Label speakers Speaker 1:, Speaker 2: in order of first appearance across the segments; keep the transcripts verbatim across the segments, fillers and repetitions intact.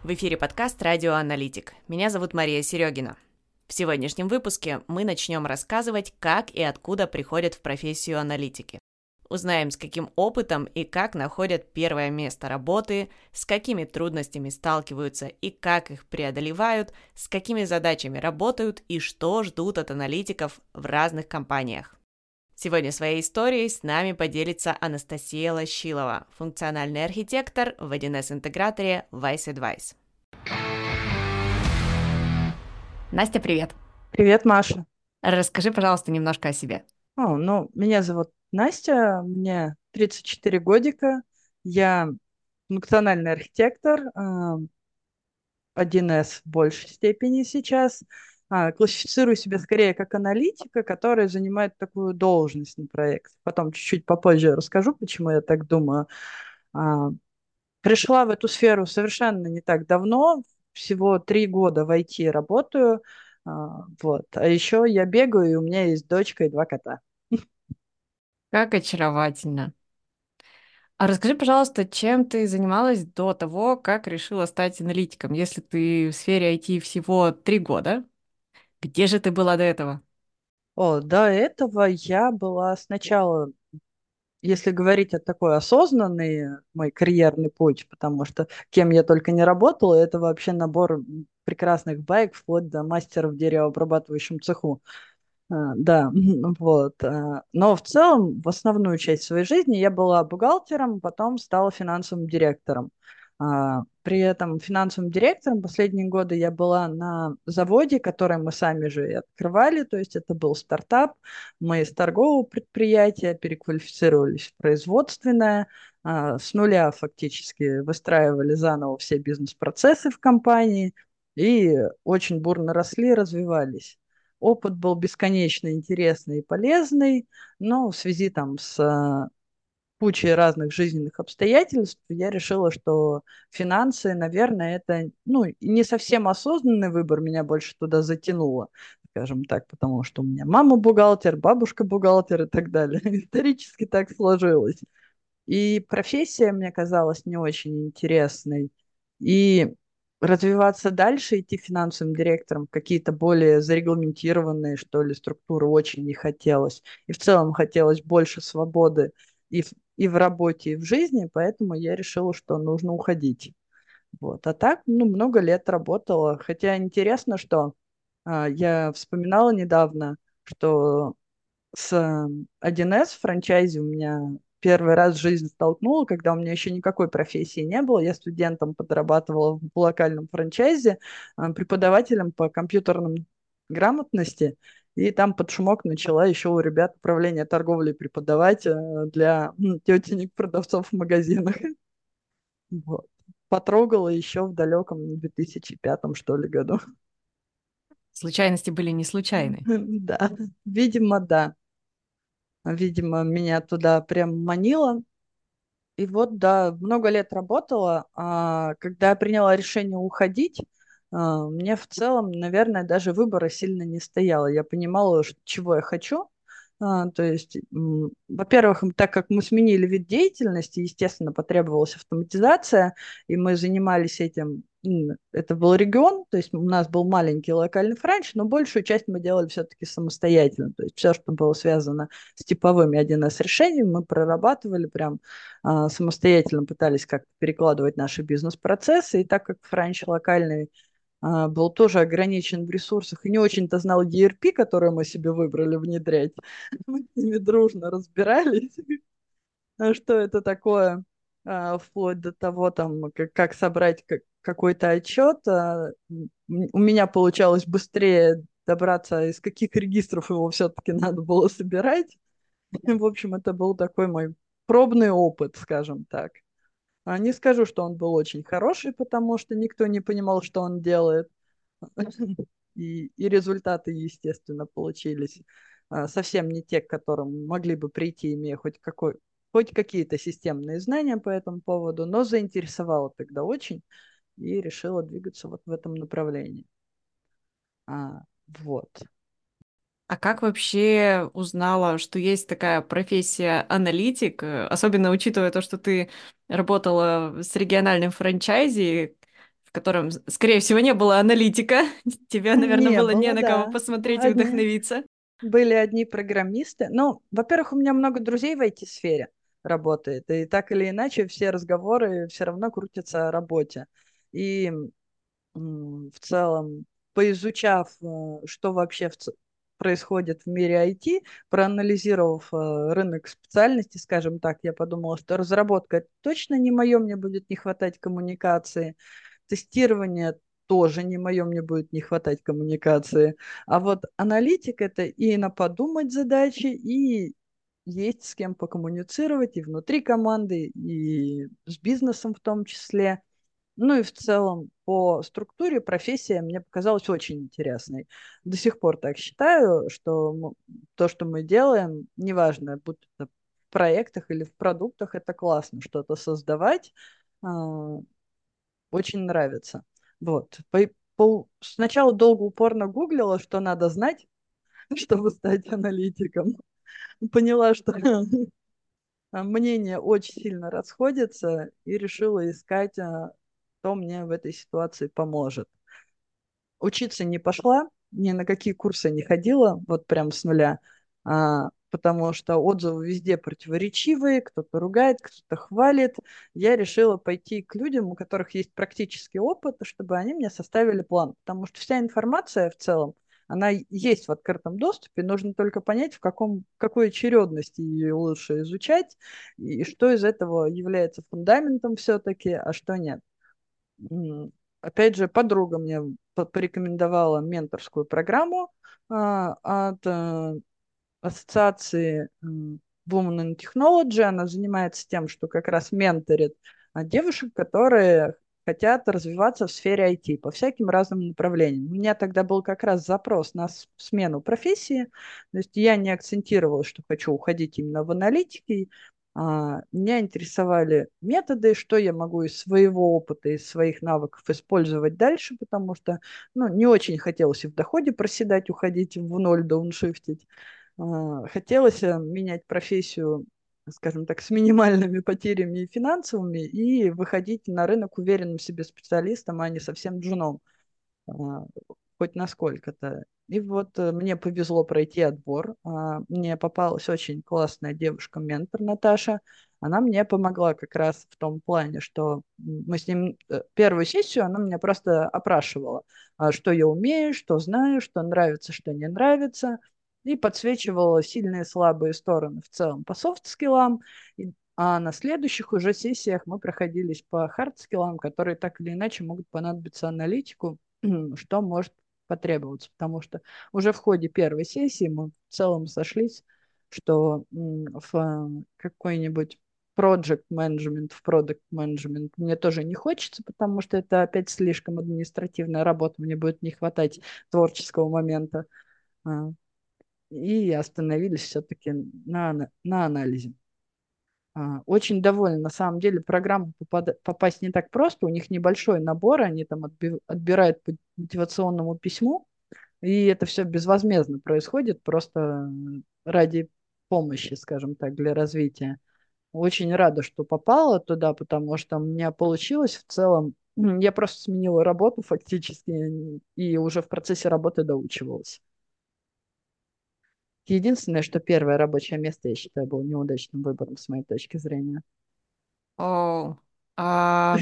Speaker 1: В эфире подкаст «Радио Аналитик». Меня зовут Мария Серегина. В сегодняшнем выпуске мы начнем рассказывать, как и откуда приходят в профессию аналитики. Узнаем, с каким опытом и как находят первое место работы, с какими трудностями сталкиваются и как их преодолевают, с какими задачами работают и что ждут от аналитиков в разных компаниях. Сегодня своей историей с нами поделится Анастасия Лощилова, функциональный архитектор в один эс-интеграторе Wise Advice. Настя, привет!
Speaker 2: Привет, Маша.
Speaker 1: Расскажи, пожалуйста, немножко о себе.
Speaker 2: О, ну, меня зовут Настя, мне тридцать четыре годика, я функциональный архитектор, а, один эс в большей степени сейчас. А, Классифицирую себя скорее как аналитика, которая занимает такую должность на проекте. Потом чуть-чуть попозже расскажу, почему я так думаю. А, Пришла в эту сферу совершенно не так давно, всего три года в ай ти работаю. А, Вот. А еще я бегаю, и у меня есть дочка и два кота.
Speaker 1: Как очаровательно! А расскажи, пожалуйста, чем ты занималась до того, как решила стать аналитиком? Если ты в сфере ай ти всего три года, где же ты была до этого?
Speaker 2: О, до этого я была сначала, если говорить о такой осознанный мой карьерный путь, потому что кем я только не работала, это вообще набор прекрасных баек, вплоть до мастера в деревообрабатывающем цеху. А, Да, вот. а, Но в целом, в основную часть своей жизни я была бухгалтером, потом стала финансовым директором. А, При этом финансовым директором последние годы я была на заводе, который мы сами же и открывали, то есть это был стартап. Мы из торгового предприятия переквалифицировались в производственное, а, с нуля фактически выстраивали заново все бизнес-процессы в компании и очень бурно росли, развивались. Опыт был бесконечно интересный и полезный, но в связи там с а, кучей разных жизненных обстоятельств я решила, что финансы, наверное, это ну, не совсем осознанный выбор, меня больше туда затянуло, скажем так, потому что у меня мама бухгалтер, бабушка бухгалтер и так далее. Исторически так сложилось. И профессия мне казалась не очень интересной. И развиваться дальше, идти финансовым директором в какие-то более зарегламентированные, что ли, структуры очень не хотелось. И в целом хотелось больше свободы и в, и в работе, и в жизни, поэтому я решила, что нужно уходить. Вот. А так, ну, много лет работала. Хотя интересно, что а, я вспоминала недавно, что с э, один эс франчайзи у меня первый раз в жизни столкнула, когда у меня еще никакой профессии не было. Я студентом подрабатывала в локальном франчайзе, э, преподавателем по компьютерным грамотности, и там под шумок начала еще у ребят управление торговлей преподавать э, для м, тетенек, продавцов в магазинах. Вот. Потрогала еще в далеком две тысячи пятом, что ли, году.
Speaker 1: Случайности были не случайны.
Speaker 2: Да, видимо, да. Видимо, меня туда прям манило. И вот, да, много лет работала. А когда я приняла решение уходить, а, мне в целом, наверное, даже выбора сильно не стояло. Я понимала, ш- чего я хочу. А, то есть, м, во-первых, м, так как мы сменили вид деятельности, естественно, потребовалась автоматизация, и мы занимались этим. м, Это был регион, то есть у нас был маленький локальный франчайз, но большую часть мы делали все-таки самостоятельно. То есть все, что было связано с типовыми один эс решениями, мы прорабатывали прям а, самостоятельно пытались как-то перекладывать наши бизнес-процессы, и так как франч локальный а, был тоже ограничен в ресурсах и не очень-то знал и эр пи, который мы себе выбрали внедрять, мы с ними дружно разбирались, а что это такое, а, вплоть до того, там, как, как собрать как, какой-то отчет. А, м, у меня получалось быстрее добраться, из каких регистров его все-таки надо было собирать. В общем, это был такой мой пробный опыт, скажем так. А не скажу, что он был очень хороший, потому что никто не понимал, что он делает. И, и результаты, естественно, получились а, совсем не те, к которым могли бы прийти, имея хоть, какой, хоть какие-то системные знания по этому поводу, но заинтересовало тогда очень и решила двигаться вот в этом направлении. А, вот.
Speaker 1: А как вообще узнала, что есть такая профессия аналитик, э, особенно учитывая то, что ты работала с региональным франчайзи, в котором, с- скорее всего, не было аналитика. Тебе, наверное,
Speaker 2: Не
Speaker 1: было не
Speaker 2: было,
Speaker 1: на кого
Speaker 2: да.
Speaker 1: посмотреть и
Speaker 2: Одни,
Speaker 1: вдохновиться.
Speaker 2: были одни программисты. Ну, во-первых, у меня много друзей в I T-сфере работает, и так или иначе все разговоры все равно крутятся о работе. И м, в целом, поизучав, э, что вообще в ц- происходит в мире I T, проанализировав э, рынок специальностей, скажем так, я подумала, что разработка это точно не мое, мне будет не хватать коммуникации, тестирование тоже не мое, мне будет не хватать коммуникации, а вот аналитик это и на подумать задачи, и есть с кем покоммуницировать и внутри команды, и с бизнесом в том числе. Ну и в целом по структуре профессия мне показалась очень интересной. До сих пор так считаю, что м- то, что мы делаем, неважно, будь это в проектах или в продуктах, это классно что-то создавать. а, Очень нравится. Вот. По- по- Сначала долго упорно гуглила, что надо знать, чтобы стать аналитиком. Поняла, что мнения очень сильно расходятся и решила искать, а, кто мне в этой ситуации поможет. Учиться не пошла, ни на какие курсы не ходила, вот прям с нуля, а, потому что отзывы везде противоречивые, кто-то ругает, кто-то хвалит. Я решила пойти к людям, у которых есть практический опыт, чтобы они мне составили план, потому что вся информация в целом, она есть в открытом доступе, нужно только понять, в каком, в какой очередности ее лучше изучать, и что из этого является фундаментом все-таки, а что нет. М, Опять же, подруга мне по- порекомендовала менторскую программу а, от э, ассоциации м, Women in Technology. Она занимается тем, что как раз менторит а, девушек, которые хотят развиваться в сфере I T по всяким разным направлениям. У меня тогда был как раз запрос на с- смену профессии, то есть я не акцентировала, что хочу уходить именно в аналитике. А, Меня интересовали методы, что я могу из своего опыта, из своих навыков использовать дальше, потому что ну, не очень хотелось и в доходе проседать, уходить в ноль, дауншифтить. А, Хотелось э, менять профессию, скажем так, с минимальными потерями и финансовыми и выходить на рынок уверенным в себе специалистом, а не совсем джуном, а, хоть насколько-то. И вот э, мне повезло пройти отбор. А, Мне попалась очень классная девушка-ментор Наташа. Она мне помогла как раз в том плане, что м, мы с ним э, первую сессию, она меня просто опрашивала, а, что я умею, что знаю, что нравится, что не нравится, и подсвечивала сильные и слабые стороны в целом по софт-скиллам. И- А на следующих уже сессиях мы проходились по хард-скиллам, которые так или иначе могут понадобиться аналитику, что может потребоваться, потому что уже в ходе первой сессии мы в целом сошлись, что м, в э, какой-нибудь project management, в product management мне тоже не хочется, потому что это опять слишком административная работа, мне будет не хватать творческого момента. А, И остановились все-таки на, ана- на анализе. А, Очень довольна. На самом деле программу попада- попасть не так просто. У них небольшой набор, они там отби- отбирают по мотивационному письму, и это все безвозмездно происходит, просто м, ради помощи, скажем так, для развития. Очень рада, что попала туда, потому что у меня получилось в целом. м, Я просто сменила работу фактически и уже в процессе работы доучивалась. Единственное, что первое рабочее место, я считаю, было неудачным выбором с моей точки зрения.
Speaker 1: Оу. А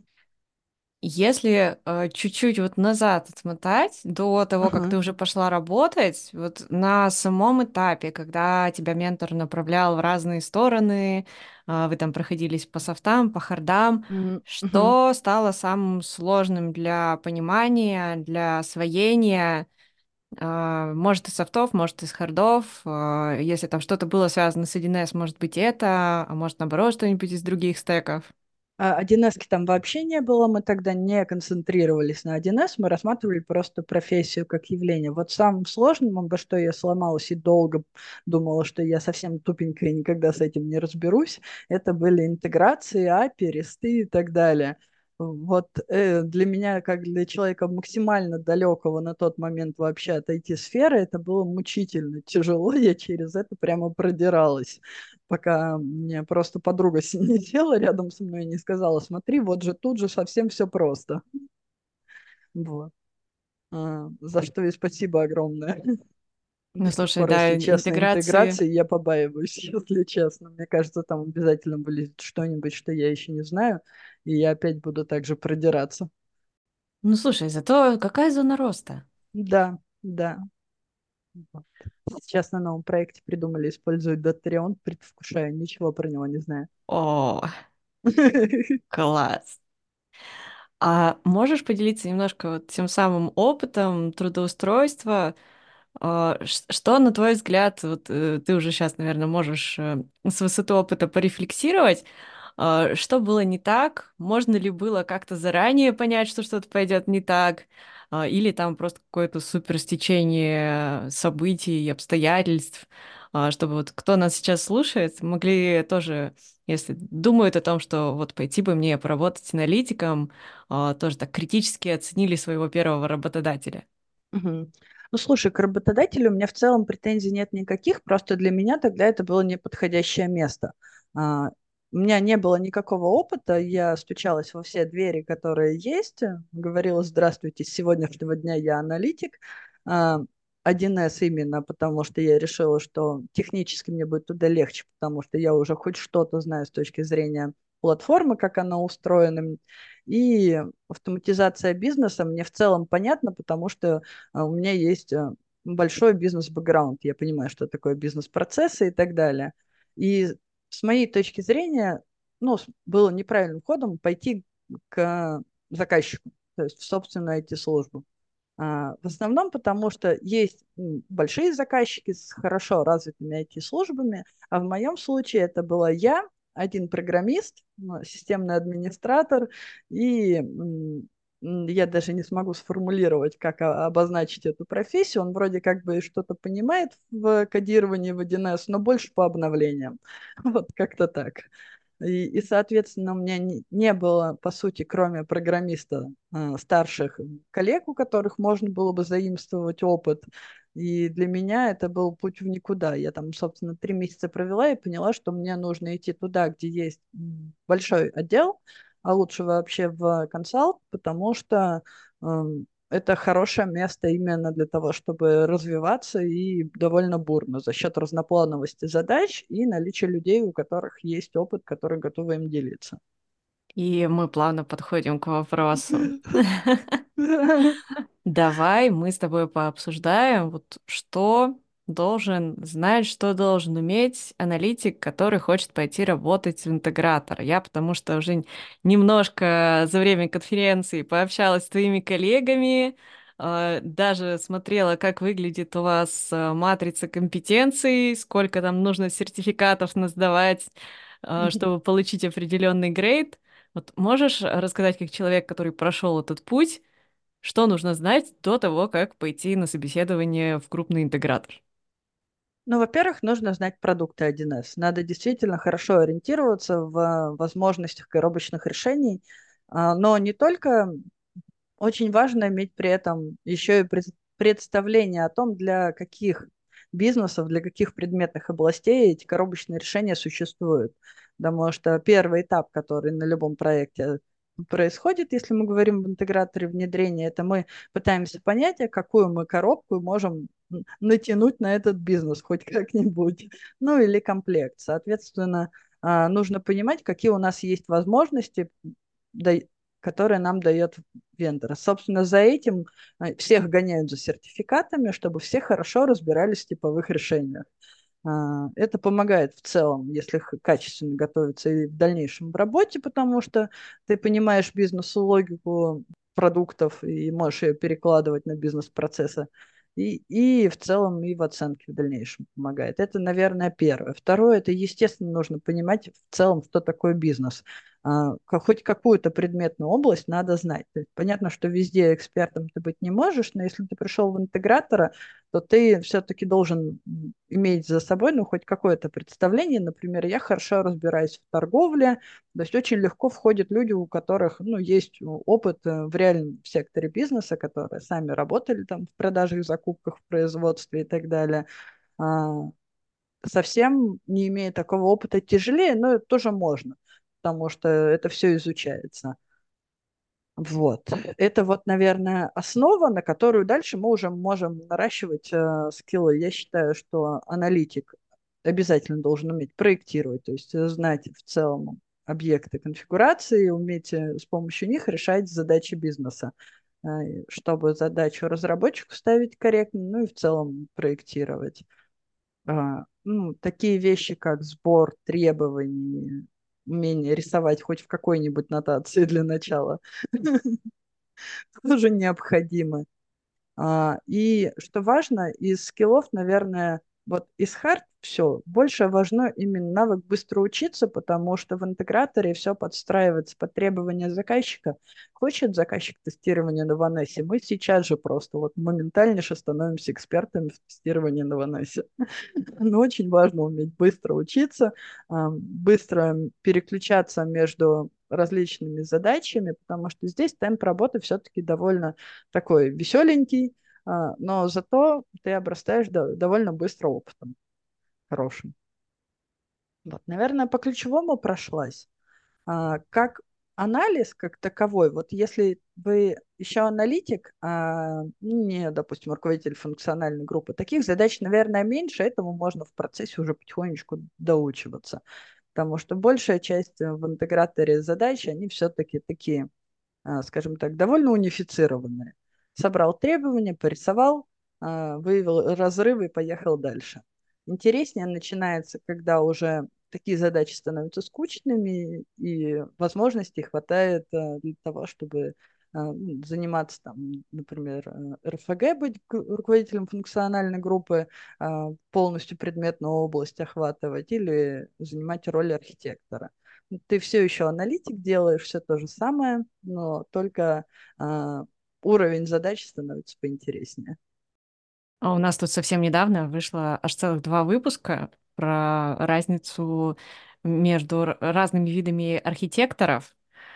Speaker 1: если э, чуть-чуть вот назад отмотать, до того, как
Speaker 2: Ага.
Speaker 1: ты уже пошла работать, вот на самом этапе, когда тебя ментор направлял в разные стороны, а, вы там проходились по софтам, по хардам,
Speaker 2: М, мгм.
Speaker 1: что стало самым сложным для понимания, для освоения, а, может, из софтов, может, из хардов, а, если там что-то было связано с один эс, может быть, это, а может, наоборот, что-нибудь из других стеков.
Speaker 2: А один эс там вообще не было, мы тогда не концентрировались на один эс, мы рассматривали просто профессию как явление. Вот самым сложным, обо что я сломалась и долго думала, что я совсем тупенькая и никогда с этим не разберусь, это были интеграции, эй пи ай, ресты и так далее. Вот э, для меня, как для человека максимально далекого на тот момент вообще от ай ти-сферы, это было мучительно тяжело, я через это прямо продиралась, пока мне просто подруга с- не села рядом со мной и не сказала, смотри, вот же тут же совсем все просто. Вот. А, за что и спасибо огромное.
Speaker 1: Ну,
Speaker 2: До сих
Speaker 1: слушай,
Speaker 2: пор,
Speaker 1: да,
Speaker 2: если честно,
Speaker 1: интеграции.
Speaker 2: интеграции я побаиваюсь, если честно. Мне кажется, там обязательно вылезет что-нибудь, что я еще не знаю, и я опять буду так же продираться.
Speaker 1: Ну, слушай, зато какая зона роста?
Speaker 2: Да, да. Вот. Сейчас на новом проекте придумали использовать Дотрион, предвкушаю, ничего про него не знаю.
Speaker 1: О, класс. А можешь поделиться немножко вот тем самым опытом трудоустройства? А, ш- Что, на твой взгляд, вот э, ты уже сейчас, наверное, можешь э, с высоты опыта порефлексировать, а, что было не так? Можно ли было как-то заранее понять, что что-то пойдет не так? А, Или там просто какое-то супер стечение событий, обстоятельств, а, чтобы вот кто нас сейчас слушает, могли тоже, если думают о том, что вот пойти бы мне поработать аналитиком, а, тоже так критически оценили своего первого работодателя.
Speaker 2: Мгм. Ну, слушай, к работодателю у меня в целом претензий нет никаких, просто для меня тогда это было неподходящее место. А, у меня не было никакого опыта, я стучалась во все двери, которые есть, э, говорила: здравствуйте, с сегодняшнего дня я аналитик. А, один эс именно, потому что я решила, что технически мне будет туда легче, потому что я уже хоть что-то знаю с точки зрения платформы, как она устроена. И автоматизация бизнеса мне в целом понятна, потому что а у меня есть а, большой бизнес-бэкграунд. Я понимаю, что такое бизнес-процессы и так далее. И с моей точки зрения, ну, с- было неправильным ходом пойти к заказчику, то есть в собственную ай ти-службу. А, В основном потому, что есть м, большие заказчики с хорошо развитыми ай ти-службами, а в моем случае это была я, один программист, ну, системный администратор, и м, м, я даже не смогу сформулировать, как о- обозначить эту профессию. Он вроде как бы что-то понимает в кодировании в один эс, но больше по обновлениям. Вот как-то так. И, и, соответственно, у меня не, не было, по сути, кроме программиста, э, старших коллег, у которых можно было бы заимствовать опыт. И для меня это был путь в никуда. Я там, собственно, три месяца провела и поняла, что мне нужно идти туда, где есть м, большой отдел, а лучше вообще в консалт, потому что эм, это хорошее место именно для того, чтобы развиваться и довольно бурно за счет разноплановости задач и наличия людей, у которых есть опыт, которые готовы им делиться.
Speaker 1: И мы плавно подходим к вопросу. Давай мы с тобой пообсуждаем, вот что должен знать, что должен уметь аналитик, который хочет пойти работать в интегратор. Я потому что уже немножко за время конференции пообщалась с твоими коллегами, э, даже смотрела, как выглядит у вас э, матрица компетенций, сколько там нужно сертификатов сдавать, чтобы получить определенный грейд. Вот можешь рассказать, как человек, который прошел этот путь, что нужно знать до того, как пойти на собеседование в крупный интегратор?
Speaker 2: Ну, во-первых, нужно знать продукты один эс. Надо действительно хорошо ориентироваться в возможностях коробочных решений, а, но не только. Очень важно иметь при этом еще и пред- представление о том, для каких бизнесов, для каких предметных областей эти коробочные решения существуют. Потому что первый этап, который на любом проекте происходит, если мы говорим в интеграторе внедрения, это мы пытаемся понять, а какую мы коробку можем натянуть на этот бизнес хоть как-нибудь, ну или комплект. Соответственно, а, нужно понимать, какие у нас есть возможности, да- которые нам дает вендора. Собственно, за этим а, всех гоняют за сертификатами, чтобы все хорошо разбирались в типовых решениях. А, Это помогает в целом, если х- качественно готовиться и в дальнейшем в работе, потому что ты понимаешь бизнес-логику продуктов и можешь ее перекладывать на бизнес-процессы. И, и в целом и в оценке в дальнейшем помогает. Это, наверное, первое. Второе, это, естественно, нужно понимать в целом, что такое бизнес. А, ка- хоть какую-то предметную область надо знать. То есть понятно, что везде экспертом ты быть не можешь, но если ты пришел в интегратора, то ты все-таки должен иметь за собой, ну, хоть какое-то представление. Например, я хорошо разбираюсь в торговле, то есть очень легко входят люди, у которых, ну, есть опыт э, в реальном секторе бизнеса, которые сами работали там в продажах, закупках, в производстве и так далее. А, Совсем не имея такого опыта тяжелее, но это тоже можно, потому что это все изучается. Вот. Это вот, наверное, основа, на которую дальше мы уже можем наращивать э, скиллы. Я считаю, что аналитик обязательно должен уметь проектировать, то есть э, знать в целом объекты конфигурации, уметь э, с помощью них решать задачи бизнеса, э, чтобы задачу разработчику ставить корректно, ну и в целом проектировать. А, ну, такие вещи, как сбор требований, умение рисовать хоть в какой-нибудь нотации для начала, тоже необходимы. А, и что важно, из скиллов, наверное, вот из хард все, больше важно именно навык быстро учиться, потому что в интеграторе все подстраивается под требования заказчика. Хочет заказчик тестирования на Ванасе, мы сейчас же просто вот моментальнейше становимся экспертами в тестировании на Ванасе. Но очень важно уметь быстро учиться, а, быстро переключаться между различными задачами, потому что здесь темп работы все-таки довольно такой веселенький, а, но зато ты обрастаешь до- довольно быстро опытом хорошим. Вот, наверное, по ключевому прошлась. А, как анализ как таковой, вот если вы еще аналитик, а не, допустим, руководитель функциональной группы, таких задач, наверное, меньше, этому можно в процессе уже потихонечку доучиваться, потому что большая часть э, в интеграторе задач, они все-таки такие, а, скажем так, довольно унифицированные. Собрал требования, порисовал, а, выявил разрывы и поехал дальше. Интереснее начинается, когда уже такие задачи становятся скучными, и возможностей хватает э, для того, чтобы э, ну, заниматься там, например, э, эр эф гэ, быть г- руководителем функциональной группы, э, полностью предметную область охватывать, или занимать роль архитектора. Ты все еще аналитик делаешь, все то же самое, но только а, уровень задач становится поинтереснее.
Speaker 1: А у нас тут совсем недавно вышло аж целых два выпуска про разницу между р- разными видами архитекторов,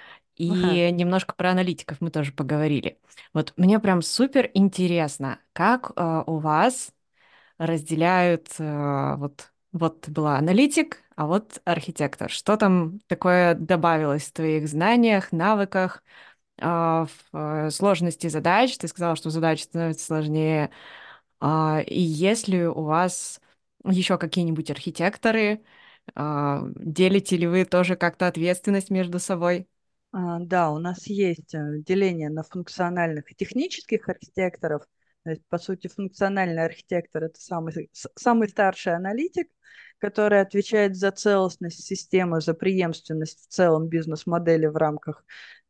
Speaker 2: Ага.
Speaker 1: и немножко про аналитиков мы тоже поговорили. Вот мне прям супер интересно, как э, у вас разделяют э, вот вот ты была аналитик, а вот архитектор. Что там такое добавилось в твоих знаниях, навыках, а, в э, сложности задач? Ты сказала, что задачи становятся сложнее. А, и есть ли у вас еще какие-нибудь архитекторы? А, делите ли вы тоже как-то ответственность между собой?
Speaker 2: А, Да, у нас есть э, деление на функциональных и технических архитекторов. То есть, по сути, функциональный архитектор — это самый, с- самый старший аналитик, который отвечает за целостность системы, за преемственность в целом бизнес-модели в рамках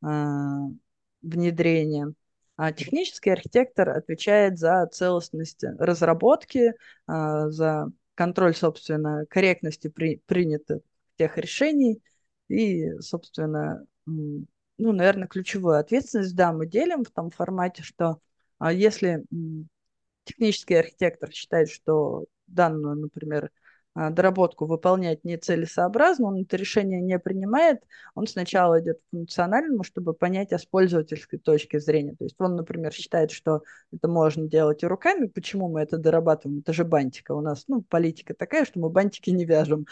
Speaker 2: а, внедрения. А технический архитектор отвечает за целостность разработки, а, за контроль, собственно, корректности при, принятых тех решений и, собственно, м, ну, наверное, ключевую ответственность, да, мы делим в том формате, что а, если м, технический архитектор считает, что данную, например, а, доработку выполнять нецелесообразно, он это решение не принимает, он сначала идет к функциональному, чтобы понять о с пользовательской точки зрения. То есть он, например, считает, что это можно делать и руками, почему мы это дорабатываем, это же бантика. У нас, ну, политика такая, что мы бантики не вяжем.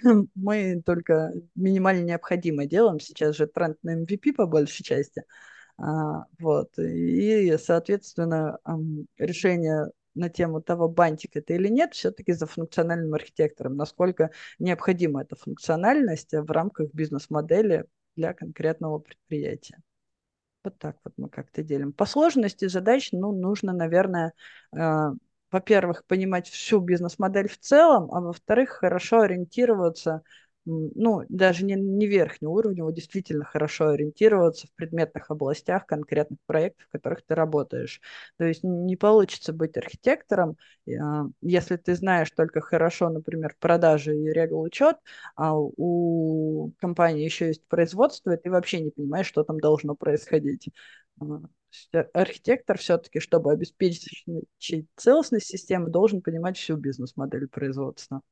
Speaker 2: Мы только минимально необходимое делаем. Сейчас же тренд на эм ви пи по большей части. А, вот. И, соответственно, ам, решение на тему того, бантик это или нет, все-таки за функциональным архитектором, насколько необходима эта функциональность в рамках бизнес-модели для конкретного предприятия. Вот так вот мы как-то делим. По сложности задач, ну, нужно, наверное, э, во-первых, понимать всю бизнес-модель в целом, а во-вторых, хорошо ориентироваться, м, ну, даже не, не верхнего уровня, а действительно хорошо ориентироваться в предметных областях конкретных проектов, в которых ты работаешь. То есть не получится быть архитектором, э, если ты знаешь только хорошо, например, продажи и регул учет, а у компании еще есть производство, и ты вообще не понимаешь, что там должно происходить. А, то есть а- Архитектор все-таки, чтобы обеспечить целостность системы, должен понимать всю бизнес-модель производства.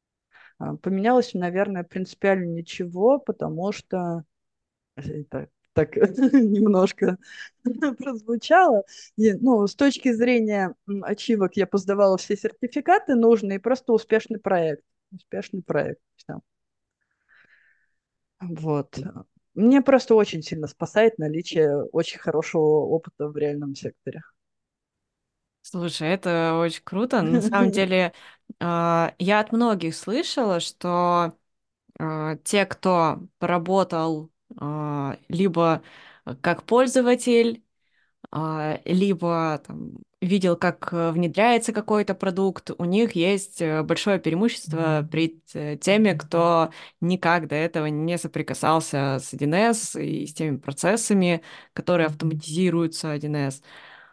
Speaker 2: А, Поменялось, наверное, принципиально ничего, потому что это так немножко прозвучало. И, ну, с точки зрения м, ачивок я поздавала все сертификаты нужные, и просто успешный проект. Успешный проект. Всё. Вот. Мне просто очень сильно спасает наличие очень хорошего опыта в реальном секторе.
Speaker 1: Слушай, это очень круто. На самом деле, а, я от многих слышала, что а, те, кто поработал а, либо как пользователь, а, либо там, видел, как э, внедряется какой-то продукт, у них есть э, большое преимущество перед э, теми, кто никак до этого не соприкасался с один эс и с теми процессами, которые автоматизируются один эс.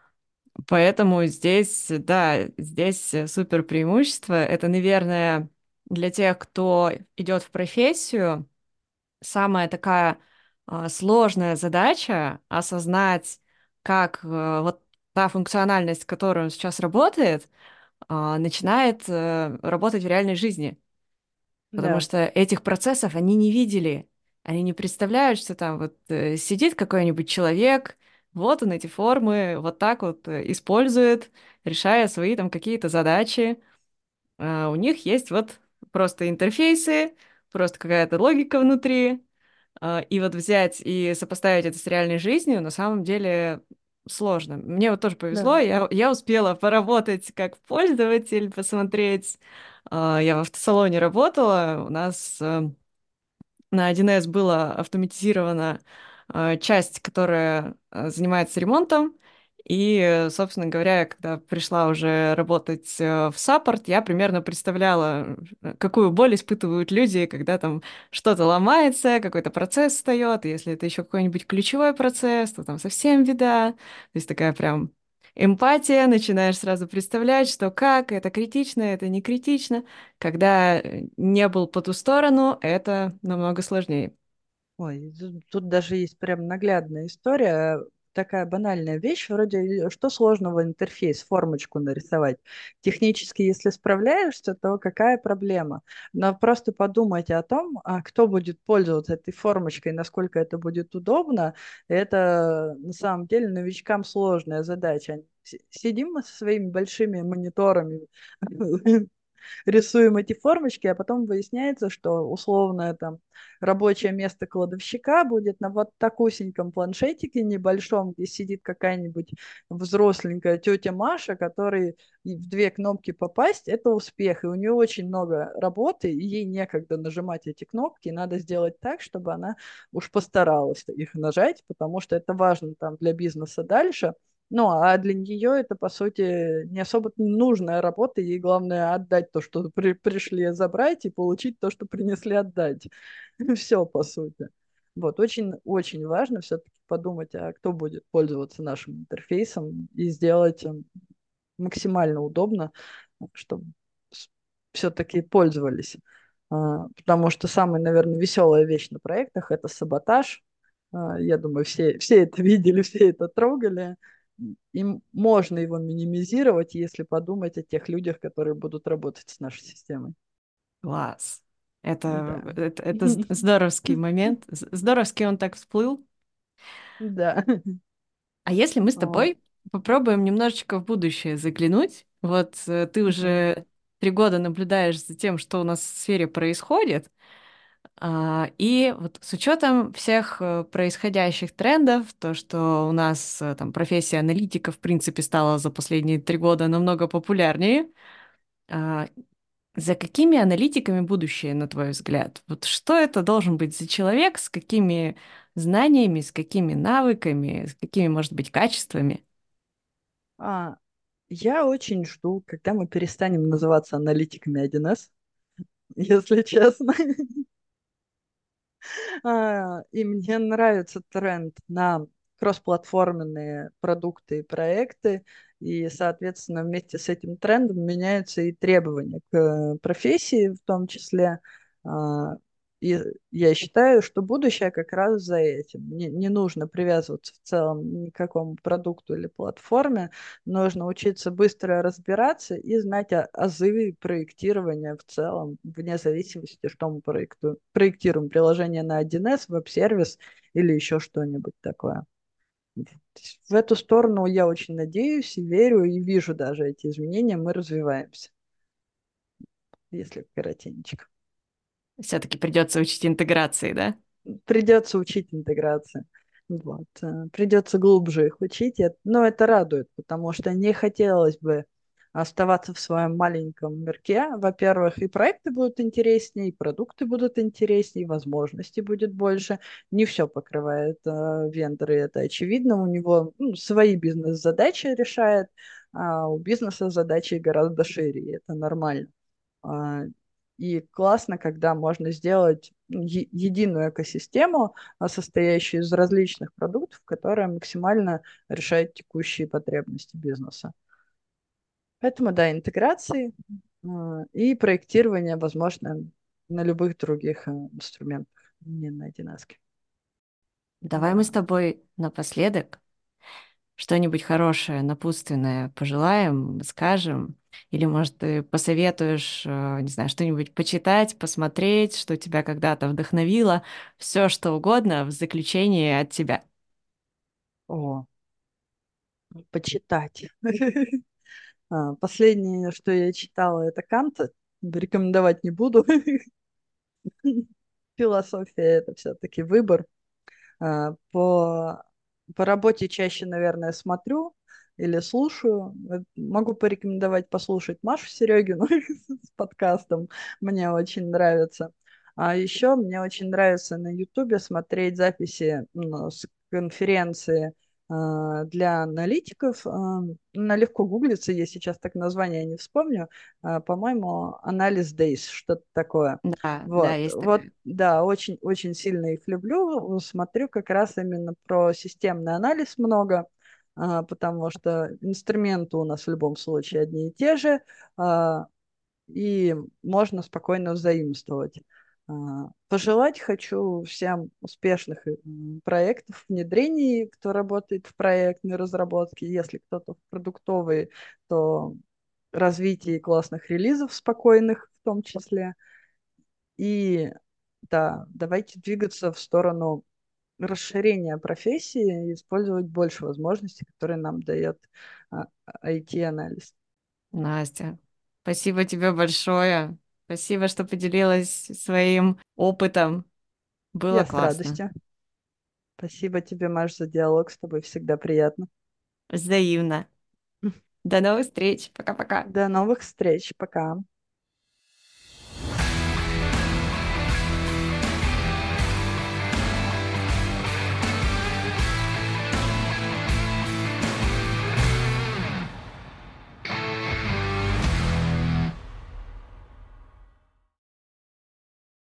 Speaker 1: Поэтому здесь, да, здесь э, супер преимущество. Это, наверное, для тех, кто идет в профессию, самая такая а, сложная задача осознать, как э, вот та функциональность, с которой он сейчас работает, а, начинает э, работать в реальной жизни. Потому
Speaker 2: Да,
Speaker 1: что этих процессов они не видели. Они не представляют, что там вот э, сидит какой-нибудь человек, вот он эти формы вот так вот э, использует, решая свои там какие-то задачи. А у них есть вот просто интерфейсы, просто какая-то логика внутри, а, и вот взять и сопоставить это с реальной жизнью на самом деле сложно. Мне вот тоже
Speaker 2: да.
Speaker 1: повезло, я, я успела поработать как пользователь, посмотреть. А, Я в автосалоне работала, у нас э, на один эс была автоматизирована э, часть, которая э, занимается ремонтом. И, э, собственно говоря, когда пришла уже работать э, в саппорт, я примерно представляла, э, какую боль испытывают люди, когда там что-то ломается, какой-то процесс встает. И если это еще какой-нибудь ключевой процесс, то там совсем беда. То есть такая прям эмпатия, начинаешь сразу представлять, что как, это критично, это не критично. Когда э, не был по ту сторону, это намного сложнее.
Speaker 2: Ой, тут, тут даже есть прям наглядная история. Такая банальная вещь, вроде э, что сложного интерфейс, формочку нарисовать. Технически, если справляешься, то какая проблема? Но просто подумайте о том, а кто будет пользоваться этой формочкой, насколько это будет удобно. Это на самом деле новичкам сложная задача. С- Сидим мы со своими большими мониторами, рисуем эти формочки, а потом выясняется, что условное там рабочее место кладовщика будет на вот такусеньком планшетике небольшом, где сидит какая-нибудь взросленькая тетя Маша, которой в две кнопки попасть — это успех, и у нее очень много работы, и ей некогда нажимать эти кнопки, надо сделать так, чтобы она уж постаралась их нажать, потому что это важно там для бизнеса дальше. Ну, а для нее это, по сути, не особо нужная работа. Ей главное отдать то, что при, пришли забрать, и получить то, что принесли отдать. Все, по сути. Вот, очень-очень важно все-таки подумать, а кто будет пользоваться нашим интерфейсом и сделать им максимально удобно, чтобы все-таки пользовались. А, Потому что самая, наверное, веселая вещь на проектах — это саботаж. А, Я думаю, все, все это видели, все это трогали. И можно его минимизировать, если подумать о тех людях, которые будут работать с нашей системой.
Speaker 1: Класс. Это,
Speaker 2: Да.
Speaker 1: это, это з- здоровский момент. З- Здоровский он так всплыл.
Speaker 2: Да.
Speaker 1: А если мы с
Speaker 2: Вот.
Speaker 1: тобой попробуем немножечко в будущее заглянуть? Вот э, ты
Speaker 2: Мгм.
Speaker 1: уже три года наблюдаешь за тем, что у нас в сфере происходит, а, и вот с учетом всех э, происходящих трендов, то, что у нас э, там профессия аналитика, в принципе, стала за последние три года намного популярнее, а, за какими аналитиками будущее, на твой взгляд? Вот что это должен быть за человек, с какими знаниями, с какими навыками, с какими, может быть, качествами?
Speaker 2: А, я очень жду, когда мы перестанем называться аналитиками один эс, если честно. А, И мне нравится тренд на кроссплатформенные продукты и проекты, и, соответственно, вместе с этим трендом меняются и требования к э, профессии в том числе. А, И я считаю, что будущее как раз за этим. Не, не нужно привязываться в целом ни к какому продукту или платформе, нужно учиться быстро разбираться и знать а- азы проектирования в целом, вне зависимости, что мы проектуем. Проектируем приложение на один эс, веб-сервис или еще что-нибудь такое. В эту сторону я очень надеюсь и верю, и вижу даже эти изменения, мы развиваемся, если коротенько.
Speaker 1: Все-таки придется учить интеграции, да?
Speaker 2: Придется учить интеграции. Вот. э, Придется глубже их учить. и- Но это радует, потому что не хотелось бы оставаться в своем маленьком мирке. Во-первых, и проекты будут интереснее, и продукты будут интереснее, и возможностей будет больше. Не все покрывает э, вендоры, это очевидно. У него ну, свои бизнес-задачи решает, а у бизнеса задачи гораздо шире, и это нормально. А, И классно, когда можно сделать ну, е- единую экосистему, а, состоящую из различных продуктов, которая максимально решает текущие потребности бизнеса. Поэтому, да, интеграции а, и проектирование возможно на любых других а, инструментах, не на один эс.
Speaker 1: Давай мы с
Speaker 2: Да.
Speaker 1: тобой напоследок что-нибудь хорошее, напутственное пожелаем, скажем, или, может, ты посоветуешь, э, не знаю, что-нибудь почитать, посмотреть, что тебя когда-то вдохновило, все что угодно в заключение от тебя.
Speaker 2: О, почитать. А, Последнее, что я читала, это Канта. Рекомендовать не буду. Философия — это все-таки выбор. А, По, по работе чаще, наверное, смотрю или слушаю. Э, Могу порекомендовать послушать Машу Серегину с подкастом. Мне очень нравится. А еще мне очень нравится на Ютубе смотреть записи ну, с конференции а, для аналитиков. А, Она легко гуглится, я сейчас так название не вспомню. А, По-моему, анализ Days, что-то такое.
Speaker 1: Да, да,
Speaker 2: Вот,
Speaker 1: есть
Speaker 2: вот,
Speaker 1: такая.
Speaker 2: да, очень, очень сильно их люблю. Смотрю как раз именно про системный анализ много, а, потому что инструменты у нас в любом случае одни и те же, а, и можно спокойно взаимствовать. А, Пожелать хочу всем успешных м, проектов, внедрений, кто работает в проектной разработке. Если кто-то в продуктовый, то развитие классных релизов спокойных в том числе. И да, давайте двигаться в сторону расширения профессии и использовать больше возможностей, которые нам дает а, ай ти-анализ.
Speaker 1: Настя, спасибо тебе большое. Спасибо, что поделилась своим опытом. Было
Speaker 2: Я с
Speaker 1: классно.
Speaker 2: радостью. Спасибо тебе, Маш, за диалог. С тобой всегда приятно.
Speaker 1: Взаимно. До новых встреч. Пока-пока.
Speaker 2: До новых встреч. Пока.